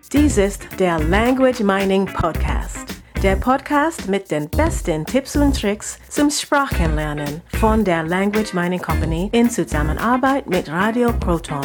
Dies ist der Language Mining Podcast. Der Podcast mit den besten Tipps und Tricks zum Sprachenlernen von der Language Mining Company in Zusammenarbeit mit Radio Proton.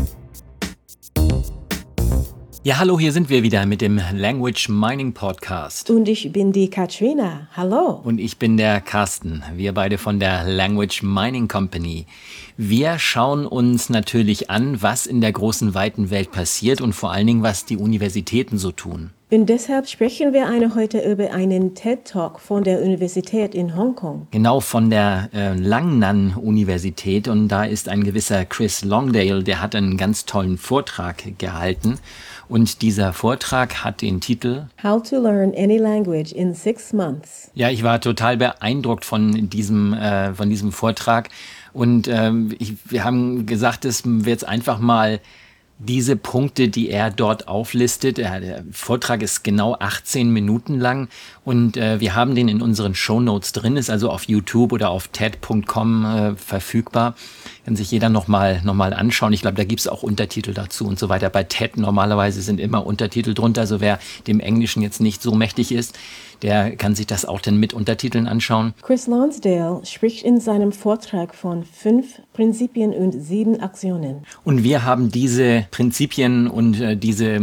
Ja, hallo, hier sind wir wieder mit dem Language Mining Podcast. Und ich bin die Katrina. Hallo. Und ich bin der Carsten. Wir beide von der Language Mining Company. Wir schauen uns natürlich an, was in der großen, weiten Welt passiert und vor allen Dingen, was die Universitäten so tun. Und deshalb sprechen wir heute über einen TED-Talk von der Universität in Hongkong. Genau, von der Langnan-Universität. Und da ist ein gewisser Chris Longdale, der hat einen ganz tollen Vortrag gehalten. Und dieser Vortrag hat den Titel How to Learn Any Language in 6 Months. Ja, ich war total beeindruckt von diesem Vortrag. Und wir haben gesagt, dass wir jetzt einfach mal diese Punkte, die er dort auflistet, der Vortrag ist genau 18 Minuten lang und wir haben den in unseren Shownotes drin, ist also auf YouTube oder auf TED.com verfügbar. Kann sich jeder noch mal anschauen. Ich glaube, da gibt es auch Untertitel dazu und so weiter. Bei TED normalerweise sind immer Untertitel drunter, also wer dem Englischen jetzt nicht so mächtig ist, der kann sich das auch dann mit Untertiteln anschauen. Chris Lonsdale spricht in seinem Vortrag von 5 Prinzipien und 7 Aktionen. Und wir haben diese Prinzipien und diese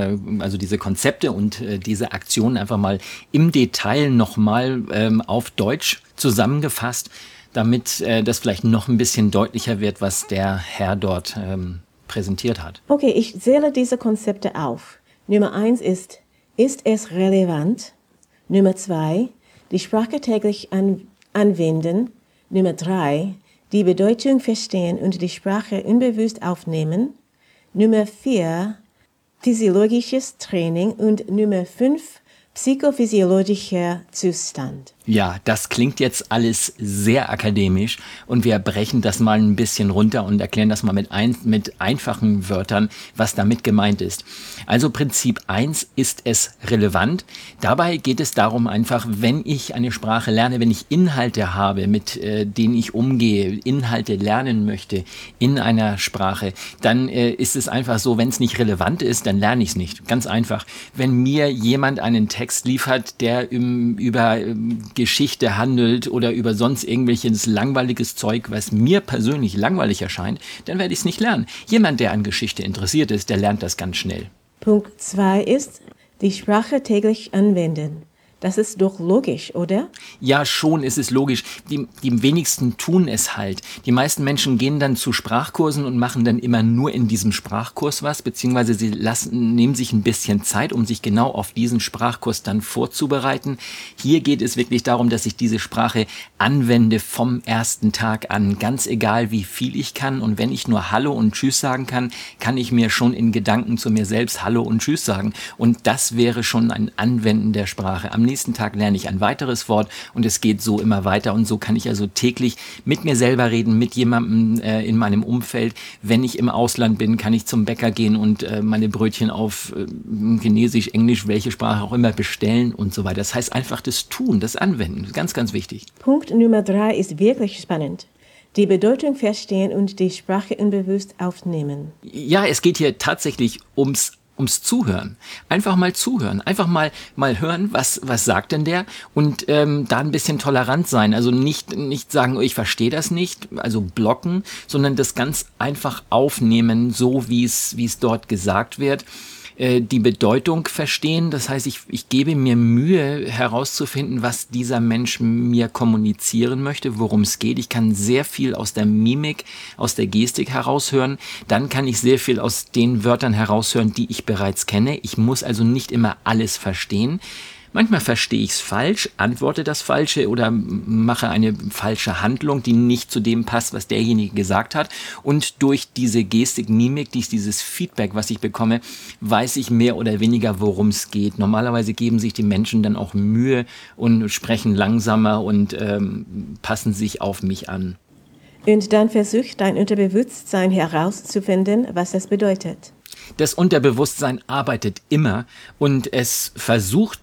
Konzepte und diese Aktionen einfach mal im Detail nochmal auf Deutsch zusammengefasst, damit das vielleicht noch ein bisschen deutlicher wird, was der Herr dort präsentiert hat. Okay, ich zähle diese Konzepte auf. Nummer 1 ist es relevant? Nummer 2, die Sprache täglich anwenden. Nummer 3, die Bedeutung verstehen und die Sprache unbewusst aufnehmen. Nummer 4, physiologisches Training. Und Nummer 5, psychophysiologischer Zustand. Ja, das klingt jetzt alles sehr akademisch und wir brechen das mal ein bisschen runter und erklären das mal mit einfachen Wörtern, was damit gemeint ist. Also Prinzip 1, ist es relevant? Dabei geht es darum einfach, wenn ich eine Sprache lerne, wenn ich Inhalte habe, mit denen ich umgehe, Inhalte lernen möchte in einer Sprache, dann ist es einfach so, wenn es nicht relevant ist, dann lerne ich es nicht. Ganz einfach. Wenn mir jemand einen Text liefert, der über Geschichte handelt oder über sonst irgendwelches langweiliges Zeug, was mir persönlich langweilig erscheint, dann werde ich es nicht lernen. Jemand, der an Geschichte interessiert ist, der lernt das ganz schnell. Punkt 2 ist, die Sprache täglich anwenden. Das ist doch logisch, oder? Ja, schon ist es logisch. Die wenigsten tun es halt. Die meisten Menschen gehen dann zu Sprachkursen und machen dann immer nur in diesem Sprachkurs was, beziehungsweise sie nehmen sich ein bisschen Zeit, um sich genau auf diesen Sprachkurs dann vorzubereiten. Hier geht es wirklich darum, dass ich diese Sprache anwende vom ersten Tag an. Ganz egal, wie viel ich kann. Und wenn ich nur Hallo und Tschüss sagen kann, kann ich mir schon in Gedanken zu mir selbst Hallo und Tschüss sagen. Und das wäre schon ein Anwenden der Sprache. Am nächsten Tag lerne ich ein weiteres Wort und es geht so immer weiter und so kann ich also täglich mit mir selber reden, mit jemandem in meinem Umfeld. Wenn ich im Ausland bin, kann ich zum Bäcker gehen und meine Brötchen auf Chinesisch, Englisch, welche Sprache auch immer bestellen und so weiter. Das heißt einfach das Tun, das Anwenden, ganz, ganz wichtig. Punkt Nummer 3 ist wirklich spannend. Die Bedeutung verstehen und die Sprache unbewusst aufnehmen. Ja, es geht hier tatsächlich ums Zuhören. Einfach mal zuhören. Einfach mal hören, was sagt denn der? Und da ein bisschen tolerant sein. Also nicht sagen, oh, ich verstehe das nicht, also blocken, sondern das ganz einfach aufnehmen, so wie es dort gesagt wird. Die Bedeutung verstehen. Das heißt, ich gebe mir Mühe herauszufinden, was dieser Mensch mir kommunizieren möchte, worum es geht. Ich kann sehr viel aus der Mimik, aus der Gestik heraushören. Dann kann ich sehr viel aus den Wörtern heraushören, die ich bereits kenne. Ich muss also nicht immer alles verstehen. Manchmal verstehe ich es falsch, antworte das Falsche oder mache eine falsche Handlung, die nicht zu dem passt, was derjenige gesagt hat. Und durch diese Gestik, Mimik, dieses Feedback, was ich bekomme, weiß ich mehr oder weniger, worum es geht. Normalerweise geben sich die Menschen dann auch Mühe und sprechen langsamer und passen sich auf mich an. Und dann versucht dein Unterbewusstsein herauszufinden, was das bedeutet. Das Unterbewusstsein arbeitet immer und es versucht,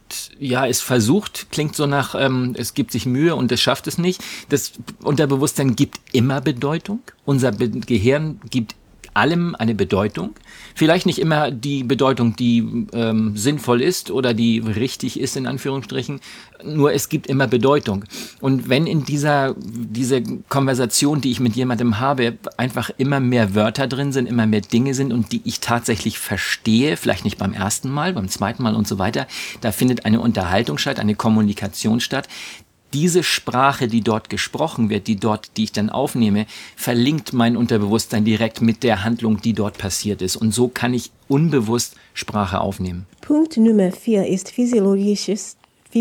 klingt so nach, es gibt sich Mühe und es schafft es nicht. Das Unterbewusstsein gibt immer Bedeutung. Unser Gehirn gibt allem eine Bedeutung. Vielleicht nicht immer die Bedeutung, die sinnvoll ist oder die richtig ist, in Anführungsstrichen. Nur es gibt immer Bedeutung. Und wenn in diese Konversation, die ich mit jemandem habe, einfach immer mehr Wörter drin sind, immer mehr Dinge sind und die ich tatsächlich verstehe, vielleicht nicht beim ersten Mal, beim zweiten Mal und so weiter, da findet eine Unterhaltung statt, eine Kommunikation statt. Diese Sprache, die dort gesprochen wird, die ich dann aufnehme, verlinkt mein Unterbewusstsein direkt mit der Handlung, die dort passiert ist. Und so kann ich unbewusst Sprache aufnehmen. Punkt Nummer 4 ist physiologisches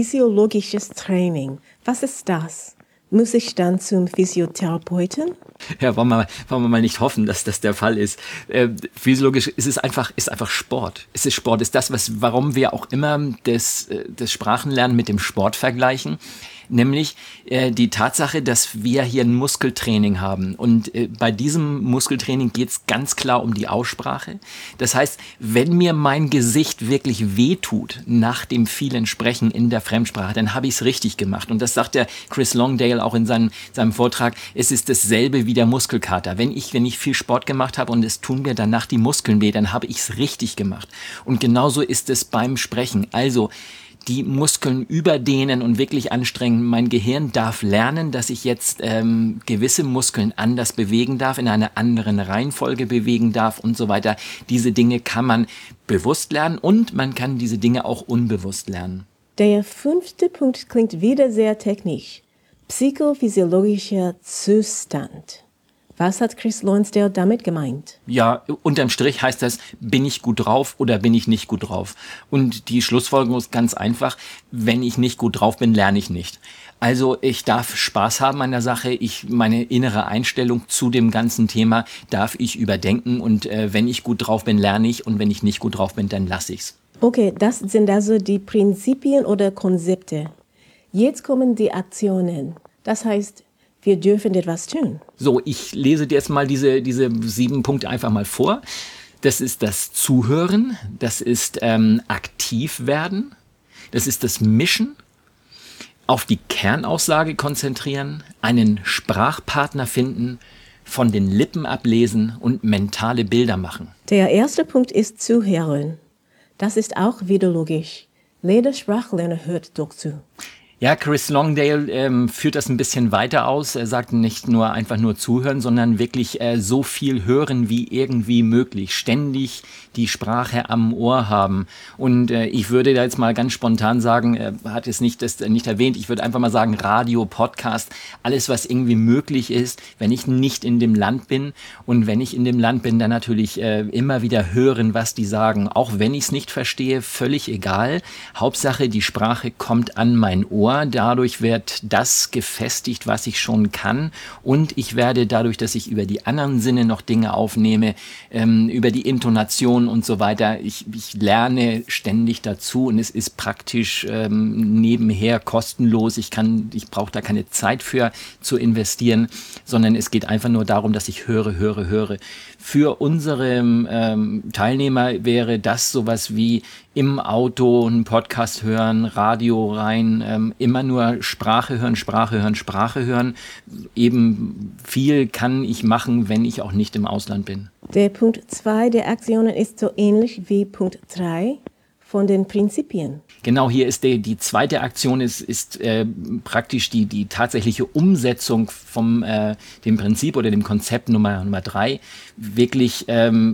Training. Was ist das? Muss ich dann zum Physiotherapeuten? Ja, wollen wir mal nicht hoffen, dass das der Fall ist. Physiologisch ist es einfach Sport. Es ist Sport, ist das, warum wir auch immer das Sprachenlernen mit dem Sport vergleichen. Nämlich die Tatsache, dass wir hier ein Muskeltraining haben. Und bei diesem Muskeltraining geht es ganz klar um die Aussprache. Das heißt, wenn mir mein Gesicht wirklich wehtut nach dem vielen Sprechen in der Fremdsprache, dann habe ich es richtig gemacht. Und das sagt der Chris Longdale auch in seinem Vortrag. Es ist dasselbe wie der Muskelkater. Wenn ich viel Sport gemacht habe und es tun mir danach die Muskeln weh, dann habe ich es richtig gemacht. Und genauso ist es beim Sprechen. Also die Muskeln überdehnen und wirklich anstrengen. Mein Gehirn darf lernen, dass ich jetzt gewisse Muskeln anders bewegen darf, in einer anderen Reihenfolge bewegen darf und so weiter. Diese Dinge kann man bewusst lernen und man kann diese Dinge auch unbewusst lernen. Der 5. Punkt klingt wieder sehr technisch. Psychophysiologischer Zustand. Was hat Chris Lonsdale damit gemeint? Ja, unterm Strich heißt das, bin ich gut drauf oder bin ich nicht gut drauf? Und die Schlussfolgerung ist ganz einfach, wenn ich nicht gut drauf bin, lerne ich nicht. Also ich darf Spaß haben an der Sache, meine innere Einstellung zu dem ganzen Thema darf ich überdenken und wenn ich gut drauf bin, lerne ich und wenn ich nicht gut drauf bin, dann lasse ich's. Okay, das sind also die Prinzipien oder Konzepte. Jetzt kommen die Aktionen. Das heißt, wir dürfen etwas tun. So, ich lese dir jetzt mal diese 7 Punkte einfach mal vor. Das ist das Zuhören, das ist aktiv werden, das ist das Mischen, auf die Kernaussage konzentrieren, einen Sprachpartner finden, von den Lippen ablesen und mentale Bilder machen. Der erste Punkt ist Zuhören. Das ist auch wieder logisch. Jeder Sprachlerner hört doch zu. Ja, Chris Longdale führt das ein bisschen weiter aus. Er sagt nicht nur einfach nur zuhören, sondern wirklich so viel hören wie irgendwie möglich. Ständig die Sprache am Ohr haben. Und ich würde da jetzt mal ganz spontan sagen, er hat es nicht erwähnt, ich würde einfach mal sagen Radio, Podcast, alles was irgendwie möglich ist, wenn ich nicht in dem Land bin. Und wenn ich in dem Land bin, dann natürlich immer wieder hören, was die sagen. Auch wenn ich es nicht verstehe, völlig egal. Hauptsache, die Sprache kommt an mein Ohr. Dadurch wird das gefestigt, was ich schon kann. Und ich werde dadurch, dass ich über die anderen Sinne noch Dinge aufnehme, über die Intonation und so weiter, ich lerne ständig dazu und es ist praktisch nebenher kostenlos. Ich brauche da keine Zeit für zu investieren, sondern es geht einfach nur darum, dass ich höre. Für unsere Teilnehmer wäre das sowas wie im Auto einen Podcast hören, Radio rein, immer nur Sprache hören. Eben viel kann ich machen, wenn ich auch nicht im Ausland bin. Der Punkt 2 der Aktionen ist so ähnlich wie Punkt 3 von den Prinzipien. Genau, hier ist die zweite Aktion ist praktisch die tatsächliche Umsetzung vom dem Prinzip oder dem Konzept Nummer 3. Wirklich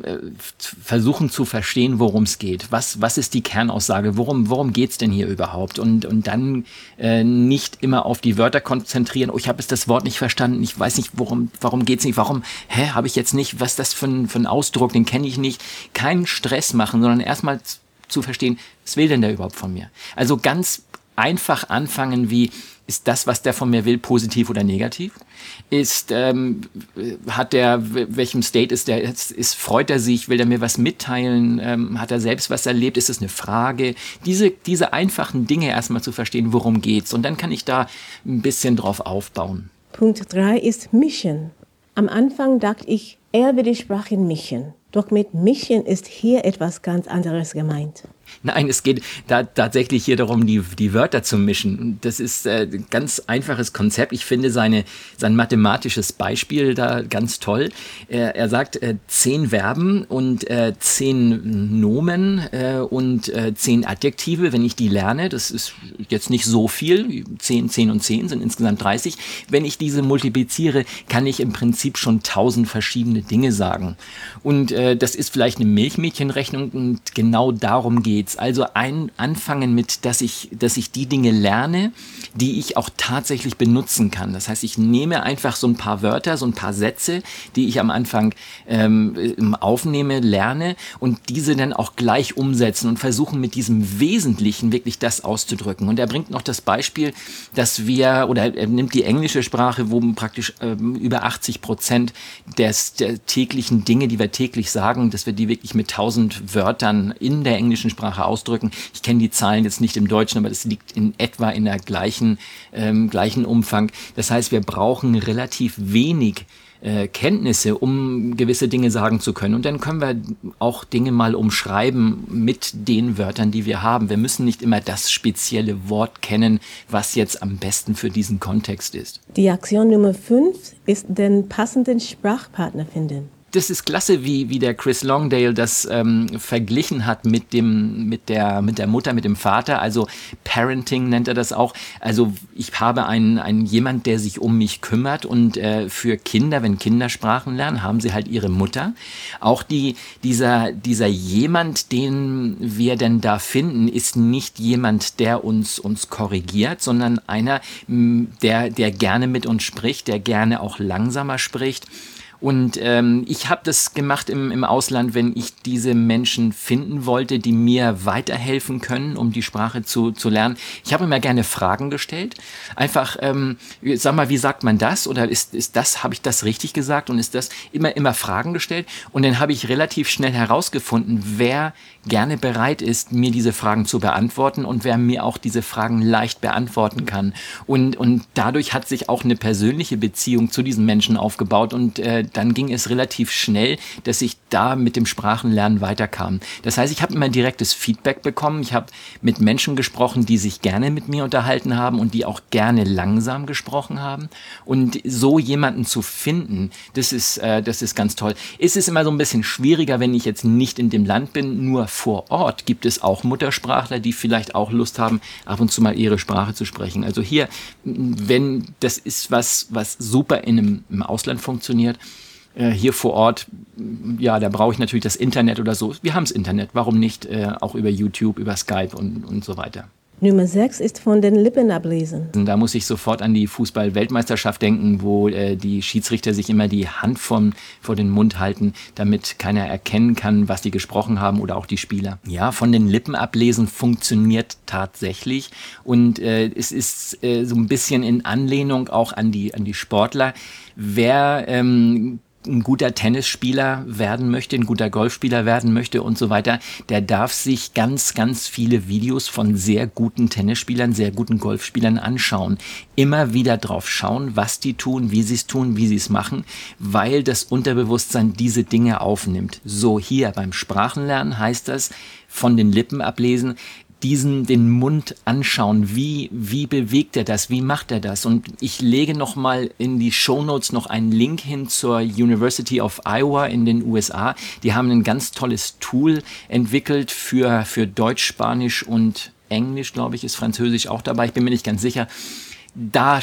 versuchen zu verstehen, worum es geht. Was ist die Kernaussage? Worum geht's denn hier überhaupt? Und dann nicht immer auf die Wörter konzentrieren. Oh, ich habe jetzt das Wort nicht verstanden. Ich weiß nicht, warum geht's nicht? Habe ich jetzt nicht? Was ist das für ein Ausdruck? Den kenne ich nicht. Keinen Stress machen, sondern erstmal zu verstehen, was will denn der überhaupt von mir? Also ganz einfach anfangen wie, ist das, was der von mir will, positiv oder negativ? Welchem State ist der? Freut er sich? Will er mir was mitteilen? Hat er selbst was erlebt? Ist es eine Frage? Diese einfachen Dinge erstmal zu verstehen, worum geht's? Und dann kann ich da ein bisschen drauf aufbauen. Punkt 3 ist Mischen. Am Anfang dachte ich, er will die Sprache mischen. Doch mit Mischen ist hier etwas ganz anderes gemeint. Nein, es geht da tatsächlich hier darum, die Wörter zu mischen. Das ist ein ganz einfaches Konzept. Ich finde sein mathematisches Beispiel da ganz toll. Er sagt 10 Verben und 10 Nomen und 10 Adjektive, wenn ich die lerne. Das ist jetzt nicht so viel. 10, 10 und 10 sind insgesamt 30. Wenn ich diese multipliziere, kann ich im Prinzip schon 1000 verschiedene Dinge sagen. Und das ist vielleicht eine Milchmädchenrechnung und genau darum geht's. Also anfangen mit, dass ich die Dinge lerne, die ich auch tatsächlich benutzen kann. Das heißt, ich nehme einfach so ein paar Wörter, so ein paar Sätze, die ich am Anfang aufnehme, lerne und diese dann auch gleich umsetzen und versuchen mit diesem Wesentlichen wirklich das auszudrücken. Und er bringt noch das Beispiel, er nimmt die englische Sprache, wo praktisch über 80% der täglichen Dinge, die wir täglich sagen, dass wir die wirklich mit 1000 Wörtern in der englischen Sprache ausdrücken. Ich kenne die Zahlen jetzt nicht im Deutschen, aber das liegt in etwa in der gleichen Umfang. Das heißt, wir brauchen relativ wenig Kenntnisse, um gewisse Dinge sagen zu können. Und dann können wir auch Dinge mal umschreiben mit den Wörtern, die wir haben. Wir müssen nicht immer das spezielle Wort kennen, was jetzt am besten für diesen Kontext ist. Die Aktion Nummer 5 ist den passenden Sprachpartner finden. Das ist klasse, wie der Chris Longdale das verglichen hat mit der Mutter, mit dem Vater. Also Parenting nennt er das auch. Also ich habe jemand, der sich um mich kümmert und für Kinder, wenn Kinder Sprachen lernen, haben sie halt ihre Mutter. Auch dieser jemand, den wir denn da finden, ist nicht jemand, der uns korrigiert, sondern einer, der gerne mit uns spricht, der gerne auch langsamer spricht. Und ich habe das gemacht im Ausland, wenn ich diese Menschen finden wollte, die mir weiterhelfen können, um die Sprache zu lernen. Ich habe immer gerne Fragen gestellt. Einfach, sag mal, wie sagt man das? Oder habe ich das richtig gesagt? Und ist das immer Fragen gestellt? Und dann habe ich relativ schnell herausgefunden, wer gerne bereit ist, mir diese Fragen zu beantworten und wer mir auch diese Fragen leicht beantworten kann. Und dadurch hat sich auch eine persönliche Beziehung zu diesen Menschen aufgebaut und dann ging es relativ schnell, dass ich da mit dem Sprachenlernen weiterkam. Das heißt, ich habe immer direktes Feedback bekommen. Ich habe mit Menschen gesprochen, die sich gerne mit mir unterhalten haben und die auch gerne langsam gesprochen haben. Und so jemanden zu finden, das ist ganz toll. Es ist immer so ein bisschen schwieriger, wenn ich jetzt nicht in dem Land bin. Nur vor Ort gibt es auch Muttersprachler, die vielleicht auch Lust haben, ab und zu mal ihre Sprache zu sprechen. Also hier, wenn das ist was super im Ausland funktioniert, hier vor Ort, ja, da brauche ich natürlich das Internet oder so. Wir haben das Internet, warum nicht auch über YouTube, über Skype und so weiter. Nummer 6 ist von den Lippen ablesen. Da muss ich sofort an die Fußball-Weltmeisterschaft denken, wo die Schiedsrichter sich immer die Hand vor den Mund halten, damit keiner erkennen kann, was die gesprochen haben oder auch die Spieler. Ja, von den Lippen ablesen funktioniert tatsächlich und es ist so ein bisschen in Anlehnung auch an die Sportler. Wer ein guter Tennisspieler werden möchte, ein guter Golfspieler werden möchte und so weiter, der darf sich ganz, ganz viele Videos von sehr guten Tennisspielern, sehr guten Golfspielern anschauen. Immer wieder drauf schauen, was die tun, wie sie es machen, weil das Unterbewusstsein diese Dinge aufnimmt. So hier beim Sprachenlernen heißt das, von den Lippen ablesen, den Mund anschauen, wie bewegt er das, wie macht er das? Und ich lege nochmal in die Shownotes noch einen Link hin zur University of Iowa in den USA. Die haben ein ganz tolles Tool entwickelt für Deutsch, Spanisch und Englisch, glaube ich, ist Französisch auch dabei. Ich bin mir nicht ganz sicher. Da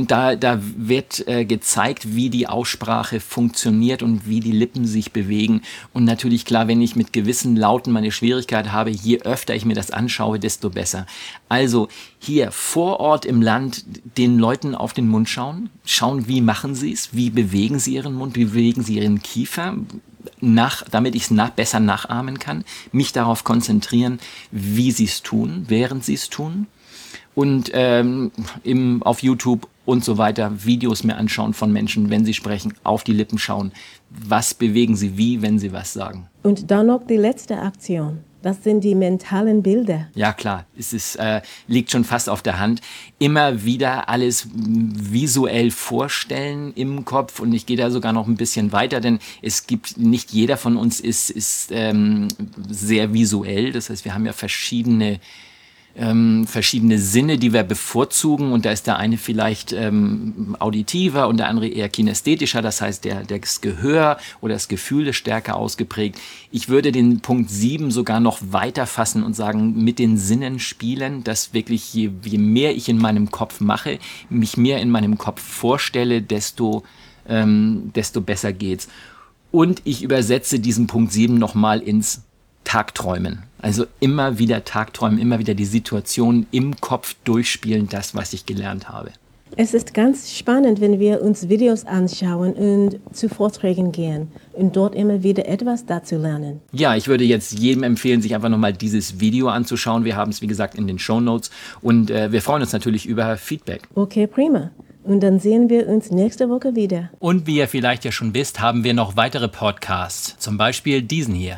wird gezeigt, wie die Aussprache funktioniert und wie die Lippen sich bewegen. Und natürlich klar, wenn ich mit gewissen Lauten meine Schwierigkeit habe, je öfter ich mir das anschaue, desto besser. Also hier vor Ort im Land den Leuten auf den Mund schauen, wie machen sie es, wie bewegen sie ihren Mund, wie bewegen sie ihren Kiefer, damit ich es besser nachahmen kann, mich darauf konzentrieren, wie sie es tun, während sie es tun. Und auf YouTube und so weiter Videos mir anschauen von Menschen, wenn sie sprechen, auf die Lippen schauen. Was bewegen sie wie, wenn sie was sagen? Und dann noch die letzte Aktion. Das sind die mentalen Bilder. Ja klar, es ist, liegt schon fast auf der Hand. Immer wieder alles visuell vorstellen im Kopf und ich gehe da sogar noch ein bisschen weiter, denn es gibt, nicht jeder von uns ist sehr visuell. Das heißt, wir haben ja verschiedene Sinne, die wir bevorzugen und da ist der eine vielleicht auditiver und der andere eher kinästhetischer, das heißt das Gehör oder das Gefühl ist stärker ausgeprägt. Ich würde den Punkt 7 sogar noch weiter fassen und sagen, mit den Sinnen spielen, dass wirklich je mehr ich in meinem Kopf mache, mich mehr in meinem Kopf vorstelle, desto besser geht's. Und ich übersetze diesen Punkt 7 nochmal ins Tagträumen. Also immer wieder Tagträumen, immer wieder die Situation im Kopf durchspielen, das, was ich gelernt habe. Es ist ganz spannend, wenn wir uns Videos anschauen und zu Vorträgen gehen und dort immer wieder etwas dazu lernen. Ja, ich würde jetzt jedem empfehlen, sich einfach nochmal dieses Video anzuschauen. Wir haben es, wie gesagt, in den Shownotes und wir freuen uns natürlich über Feedback. Okay, prima. Und dann sehen wir uns nächste Woche wieder. Und wie ihr vielleicht ja schon wisst, haben wir noch weitere Podcasts, zum Beispiel diesen hier.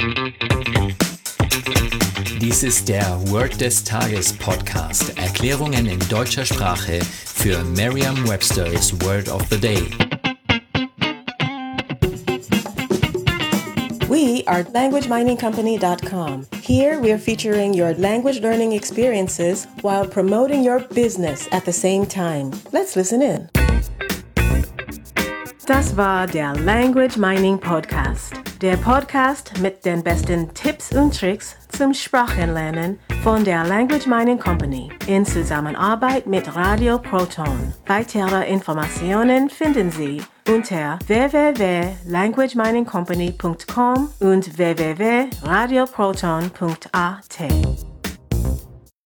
Dies ist der Word des Tages Podcast. Erklärungen in deutscher Sprache für Merriam-Webster's Word of the Day. We are LanguageMiningCompany.com. Here we are featuring your language learning experiences while promoting your business at the same time. Let's listen in. Das war der Language Mining Podcast. Der Podcast mit den besten Tipps und Tricks zum Sprachenlernen von der Language Mining Company in Zusammenarbeit mit Radio Proton. Weitere Informationen finden Sie unter www.languageminingcompany.com und www.radioproton.at.